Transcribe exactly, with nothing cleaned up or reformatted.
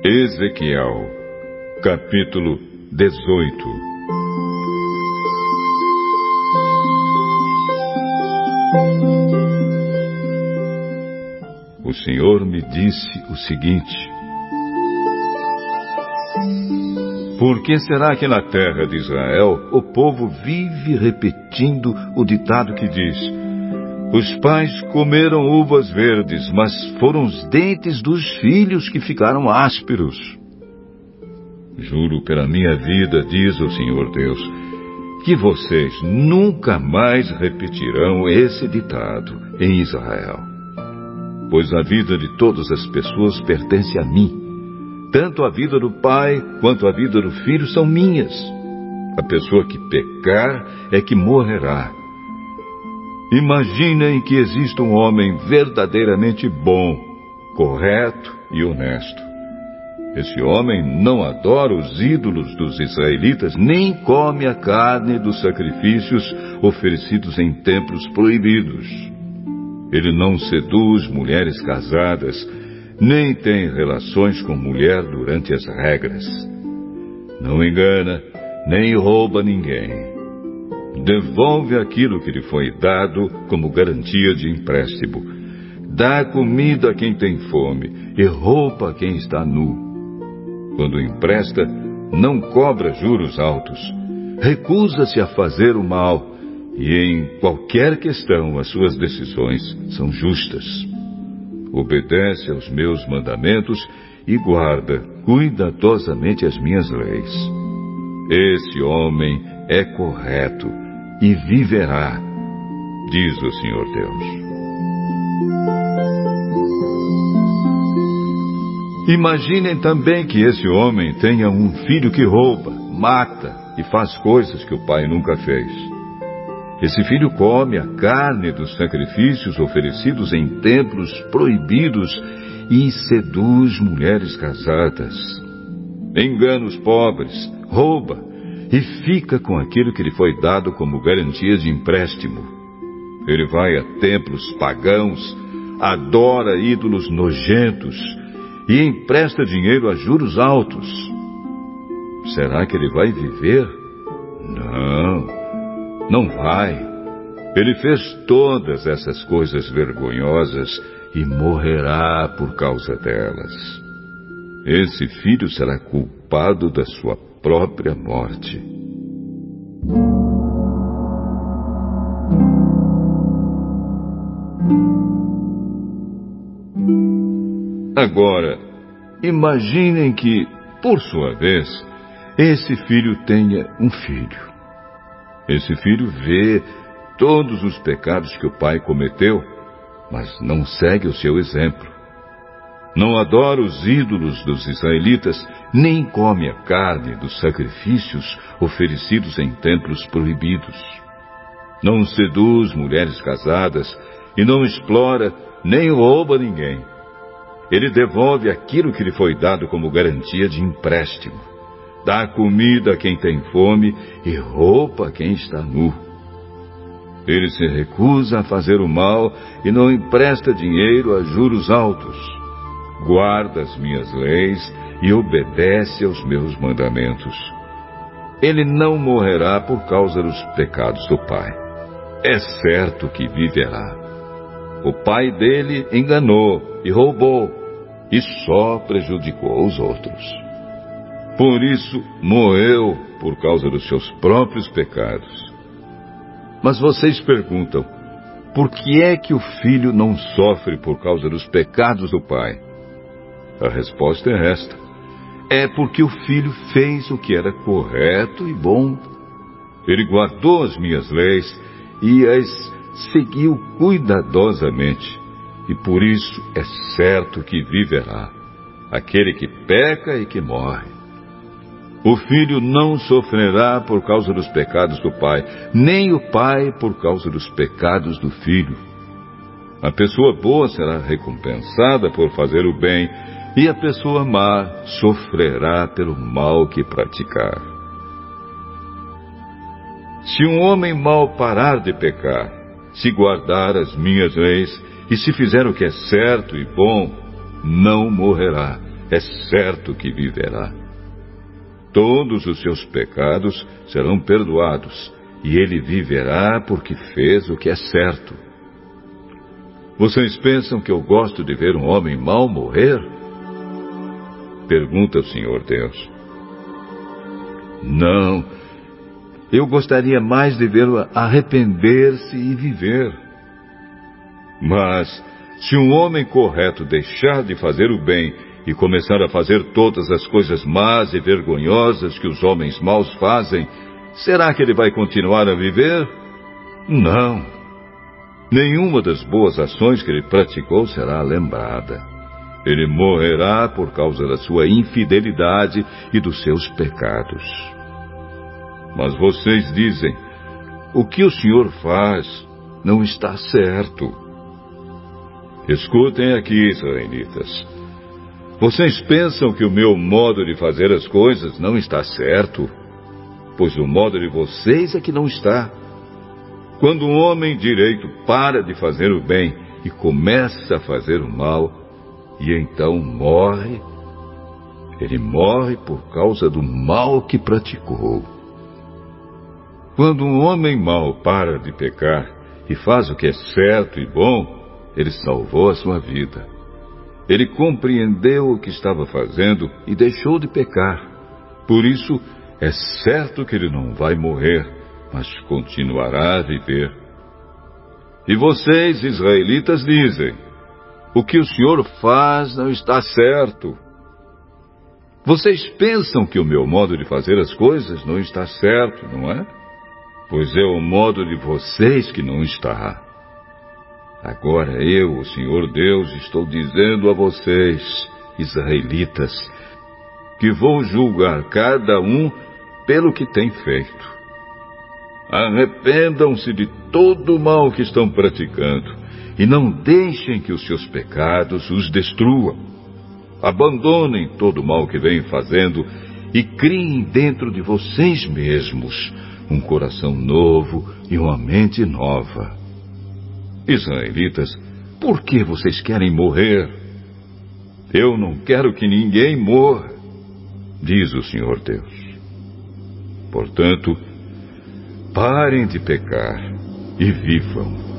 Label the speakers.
Speaker 1: Ezequiel, capítulo dezoito. O Senhor me disse o seguinte: por que será que na terra de Israel o povo vive repetindo o ditado que diz: os pais comeram uvas verdes, mas foram os dentes dos filhos que ficaram ásperos? Juro pela minha vida, diz o Senhor Deus, que vocês nunca mais repetirão esse ditado em Israel. Pois a vida de todas as pessoas pertence a mim. Tanto a vida do pai quanto a vida do filho são minhas. A pessoa que pecar é que morrerá. Imaginem que exista um homem verdadeiramente bom, correto e honesto. Esse homem não adora os ídolos dos israelitas, nem come a carne dos sacrifícios oferecidos em templos proibidos. Ele não seduz mulheres casadas, nem tem relações com mulher durante as regras. Não engana, nem rouba ninguém. Devolve aquilo que lhe foi dado como garantia de empréstimo. Dá comida a quem tem fome e roupa a quem está nu. Quando empresta, não cobra juros altos. Recusa-se a fazer o mal e em qualquer questão as suas decisões são justas. Obedece aos meus mandamentos e guarda cuidadosamente as minhas leis. Esse homem é correto e viverá, diz o Senhor Deus. Imaginem também que esse homem tenha um filho que rouba, mata e faz coisas que o pai nunca fez. Esse filho come a carne dos sacrifícios oferecidos em templos proibidos e seduz mulheres casadas. Engana os pobres, rouba e fica com aquilo que lhe foi dado como garantia de empréstimo. Ele vai a templos pagãos, adora ídolos nojentos e empresta dinheiro a juros altos. Será que ele vai viver? Não, não vai. Ele fez todas essas coisas vergonhosas e morrerá por causa delas. Esse filho será culpado da sua própria morte. Agora, imaginem que, por sua vez, esse filho tenha um filho. Esse filho vê todos os pecados que o pai cometeu, mas não segue o seu exemplo. Não adora os ídolos dos israelitas, nem come a carne dos sacrifícios oferecidos em templos proibidos. Não seduz mulheres casadas e não explora nem rouba ninguém. Ele devolve aquilo que lhe foi dado como garantia de empréstimo. Dá comida a quem tem fome e roupa a quem está nu. Ele se recusa a fazer o mal e não empresta dinheiro a juros altos. Guarda as minhas leis e obedece aos meus mandamentos. Ele não morrerá por causa dos pecados do pai. É certo que viverá. O pai dele enganou e roubou, e só prejudicou os outros. Por isso, morreu por causa dos seus próprios pecados. Mas vocês perguntam, por que é que o filho não sofre por causa dos pecados do pai? A resposta é esta: é porque o filho fez o que era correto e bom. Ele guardou as minhas leis e as seguiu cuidadosamente, e por isso é certo que viverá, aquele que peca e que morre. O filho não sofrerá por causa dos pecados do pai, nem o pai por causa dos pecados do filho. A pessoa boa será recompensada por fazer o bem, e a pessoa má sofrerá pelo mal que praticar. Se um homem mau parar de pecar, se guardar as minhas leis e se fizer o que é certo e bom, não morrerá, é certo que viverá. Todos os seus pecados serão perdoados, e ele viverá porque fez o que é certo. Vocês pensam que eu gosto de ver um homem mau morrer? Pergunta o Senhor Deus. Não, eu gostaria mais de vê-lo arrepender-se e viver. Mas, se um homem correto deixar de fazer o bem e começar a fazer todas as coisas más e vergonhosas que os homens maus fazem, será que ele vai continuar a viver? Não. Nenhuma das boas ações que ele praticou será lembrada. Ele morrerá por causa da sua infidelidade e dos seus pecados. Mas vocês dizem, o que o Senhor faz não está certo. Escutem aqui, israelitas. Vocês pensam que o meu modo de fazer as coisas não está certo? Pois o modo de vocês é que não está. Quando um homem direito para de fazer o bem e começa a fazer o mal, e então morre, ele morre por causa do mal que praticou. Quando um homem mau para de pecar e faz o que é certo e bom, ele salvou a sua vida. Ele compreendeu o que estava fazendo e deixou de pecar. Por isso, é certo que ele não vai morrer, mas continuará a viver. E vocês, israelitas, dizem, o que o Senhor faz não está certo. Vocês pensam que o meu modo de fazer as coisas não está certo, não é? Pois é o modo de vocês que não está. Agora eu, o Senhor Deus, estou dizendo a vocês, israelitas, que vou julgar cada um pelo que tem feito. Arrependam-se de todo o mal que estão praticando e não deixem que os seus pecados os destruam. Abandonem todo o mal que vêm fazendo e criem dentro de vocês mesmos um coração novo e uma mente nova. Israelitas, por que vocês querem morrer? Eu não quero que ninguém morra, diz o Senhor Deus. Portanto, parem de pecar e vivam.